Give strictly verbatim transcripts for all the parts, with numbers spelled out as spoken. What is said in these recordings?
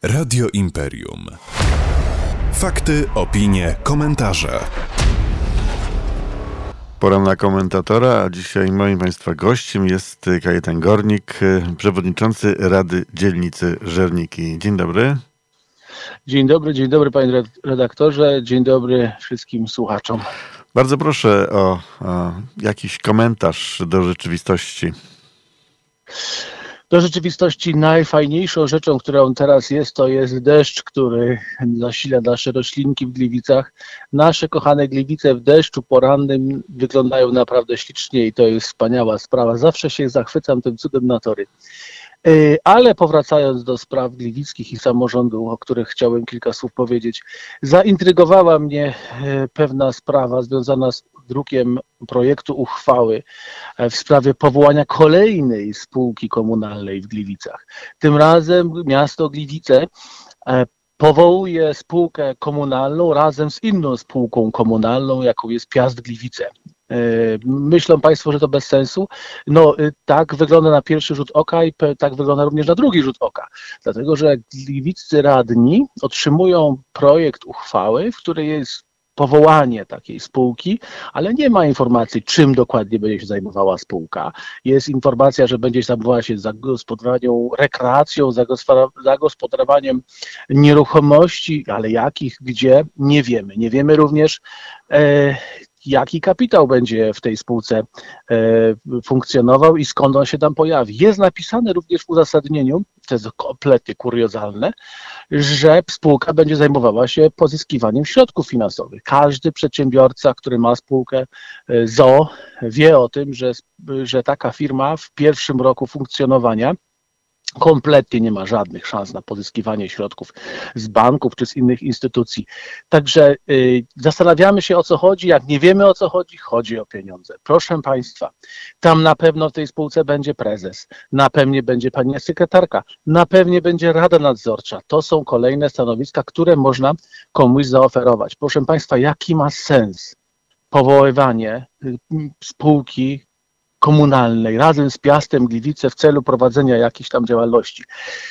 Radio Imperium. Fakty, opinie, komentarze. Pora na komentatora, a dzisiaj moim Państwa gościem jest Kajetan Gornik, przewodniczący Rady Dzielnicy Żerniki. Dzień dobry. Dzień dobry, dzień dobry panie redaktorze, dzień dobry wszystkim słuchaczom. Bardzo proszę o, o jakiś komentarz do rzeczywistości. Do rzeczywistości najfajniejszą rzeczą, którą teraz jest, to jest deszcz, który zasila nasze roślinki w Gliwicach. Nasze kochane Gliwice w deszczu porannym wyglądają naprawdę ślicznie i to jest wspaniała sprawa. Zawsze się zachwycam tym cudem natury. Ale powracając do spraw gliwickich i samorządu, o których chciałem kilka słów powiedzieć, zaintrygowała mnie pewna sprawa związana z drukiem projektu uchwały w sprawie powołania kolejnej spółki komunalnej w Gliwicach. Tym razem miasto Gliwice powołuje spółkę komunalną razem z inną spółką komunalną, jaką jest Piast Gliwice. Myślą Państwo, że to bez sensu? No tak wygląda na pierwszy rzut oka i tak wygląda również na drugi rzut oka. Dlatego, że gliwiccy radni otrzymują projekt uchwały, w której jest powołanie takiej spółki, ale nie ma informacji, czym dokładnie będzie się zajmowała spółka. Jest informacja, że będzie zajmowała się zagospodarowaniem, rekreacją, zagospodarowaniem nieruchomości, ale jakich, gdzie, nie wiemy. Nie wiemy również, e, jaki kapitał będzie w tej spółce e, funkcjonował i skąd on się tam pojawi. Jest napisane również w uzasadnieniu, to jest kompletnie kuriozalne, że spółka będzie zajmowała się pozyskiwaniem środków finansowych. Każdy przedsiębiorca, który ma spółkę z o o, wie o tym, że, że taka firma w pierwszym roku funkcjonowania kompletnie nie ma żadnych szans na pozyskiwanie środków z banków czy z innych instytucji. Także y, zastanawiamy się, o co chodzi. Jak nie wiemy, o co chodzi, chodzi o pieniądze. Proszę Państwa, tam na pewno w tej spółce będzie prezes, na pewno będzie pani sekretarka, na pewno będzie rada nadzorcza. To są kolejne stanowiska, które można komuś zaoferować. Proszę Państwa, jaki ma sens powoływanie y, spółki komunalnej razem z Piastem Gliwice w celu prowadzenia jakiejś tam działalności?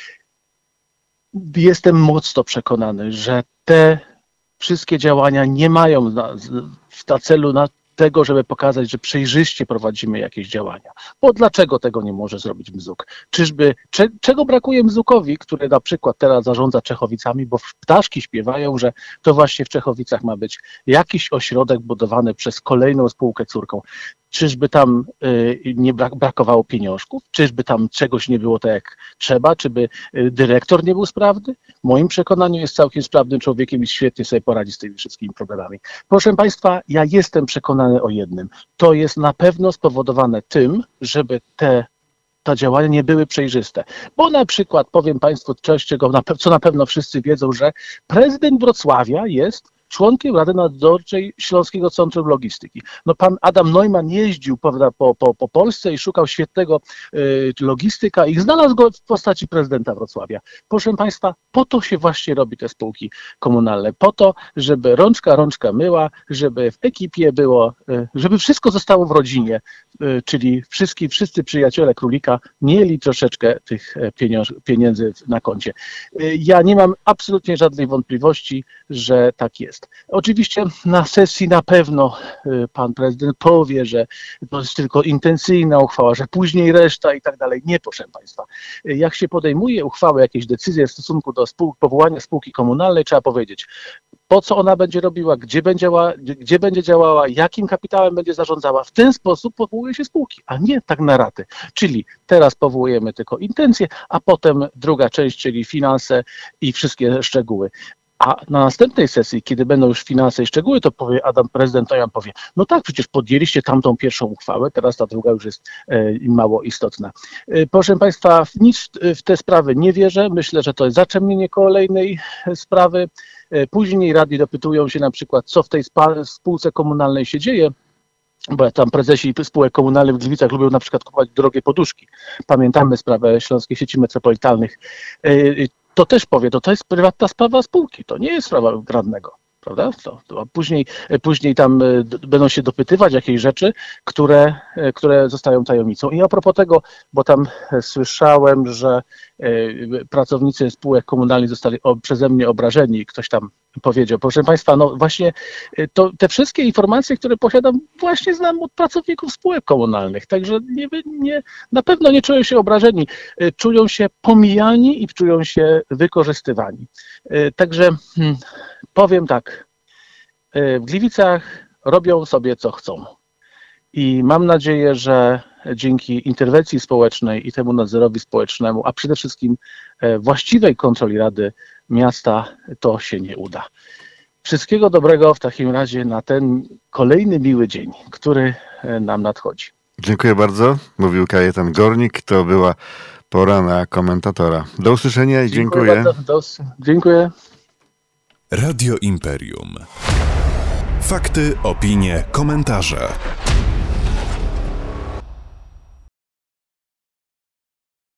Jestem mocno przekonany, że te wszystkie działania nie mają na, na celu na tego, żeby pokazać, że przejrzyście prowadzimy jakieś działania. Bo dlaczego tego nie może zrobić M Z U K? Czyżby, cze, czego brakuje M Z U Kowi, który na przykład teraz zarządza Czechowicami, bo ptaszki śpiewają, że to właśnie w Czechowicach ma być jakiś ośrodek budowany przez kolejną spółkę córką. Czyżby tam y, nie brak, brakowało pieniążków? Czyżby tam czegoś nie było tak jak trzeba? Czyby y, dyrektor nie był sprawny? W moim przekonaniu jest całkiem sprawnym człowiekiem i świetnie sobie poradzi z tymi wszystkimi problemami. Proszę Państwa, ja jestem przekonany o jednym. To jest na pewno spowodowane tym, żeby te te działania nie były przejrzyste. Bo na przykład powiem Państwu coś, czego na, co na pewno wszyscy wiedzą, że prezydent Wrocławia jest członkiem Rady Nadzorczej Śląskiego Centrum Logistyki. No pan Adam Neumann jeździł prawda, po, po, po Polsce i szukał świetnego y, logistyka i znalazł go w postaci prezydenta Wrocławia. Proszę Państwa, po to się właśnie robi te spółki komunalne. Po to, żeby rączka rączka myła, żeby w ekipie było, y, żeby wszystko zostało w rodzinie, y, czyli wszyscy, wszyscy przyjaciele królika mieli troszeczkę tych pieniądz, pieniędzy na koncie. Y, ja nie mam absolutnie żadnej wątpliwości, że tak jest. Oczywiście na sesji na pewno pan prezydent powie, że to jest tylko intencyjna uchwała, że później reszta i tak dalej. Nie, proszę Państwa. Jak się podejmuje uchwałę, jakieś decyzje w stosunku do spół- powołania spółki komunalnej, trzeba powiedzieć, po co ona będzie robiła, gdzie będzie, działała, gdzie będzie działała, jakim kapitałem będzie zarządzała. W ten sposób powołuje się spółki, a nie tak na raty. Czyli teraz powołujemy tylko intencje, a potem druga część, czyli finanse i wszystkie szczegóły. A na następnej sesji, kiedy będą już finanse i szczegóły, to powie Adam, prezydent Neumann powie, no tak, przecież podjęliście tamtą pierwszą uchwałę, teraz ta druga już jest e, mało istotna. E, proszę Państwa, w nic w te sprawy nie wierzę. Myślę, że to jest zaczernienie kolejnej sprawy. E, później radni dopytują się na przykład, co w tej spa- spółce komunalnej się dzieje, bo tam prezesi spółek komunalnych w Gliwicach lubią na przykład kupować drogie poduszki. Pamiętamy sprawę Śląskiej Sieci Metropolitalnych. E, to też powie, to, to jest prywatna sprawa spółki, to nie jest sprawa radnego. prawda? To, to później, później tam będą się dopytywać jakieś rzeczy, które, które zostają tajemnicą. I a propos tego, bo tam słyszałem, że pracownicy spółek komunalnych zostali przeze mnie obrażeni, ktoś tam powiedział. Proszę Państwa, no właśnie to, te wszystkie informacje, które posiadam, właśnie znam od pracowników spółek komunalnych, także nie, nie, na pewno nie czują się obrażeni, czują się pomijani i czują się wykorzystywani. Także hmm, powiem tak, w Gliwicach robią sobie co chcą i mam nadzieję, że dzięki interwencji społecznej i temu nadzorowi społecznemu, a przede wszystkim właściwej kontroli Rady Miasta, to się nie uda. Wszystkiego dobrego w takim razie na ten kolejny miły dzień, który nam nadchodzi. Dziękuję bardzo. Mówił Kajetan Gornik. To była pora na komentatora. Do usłyszenia i dziękuję. Dziękuję. Bardzo. Do, dziękuję. Radio Imperium. Fakty, opinie, komentarze.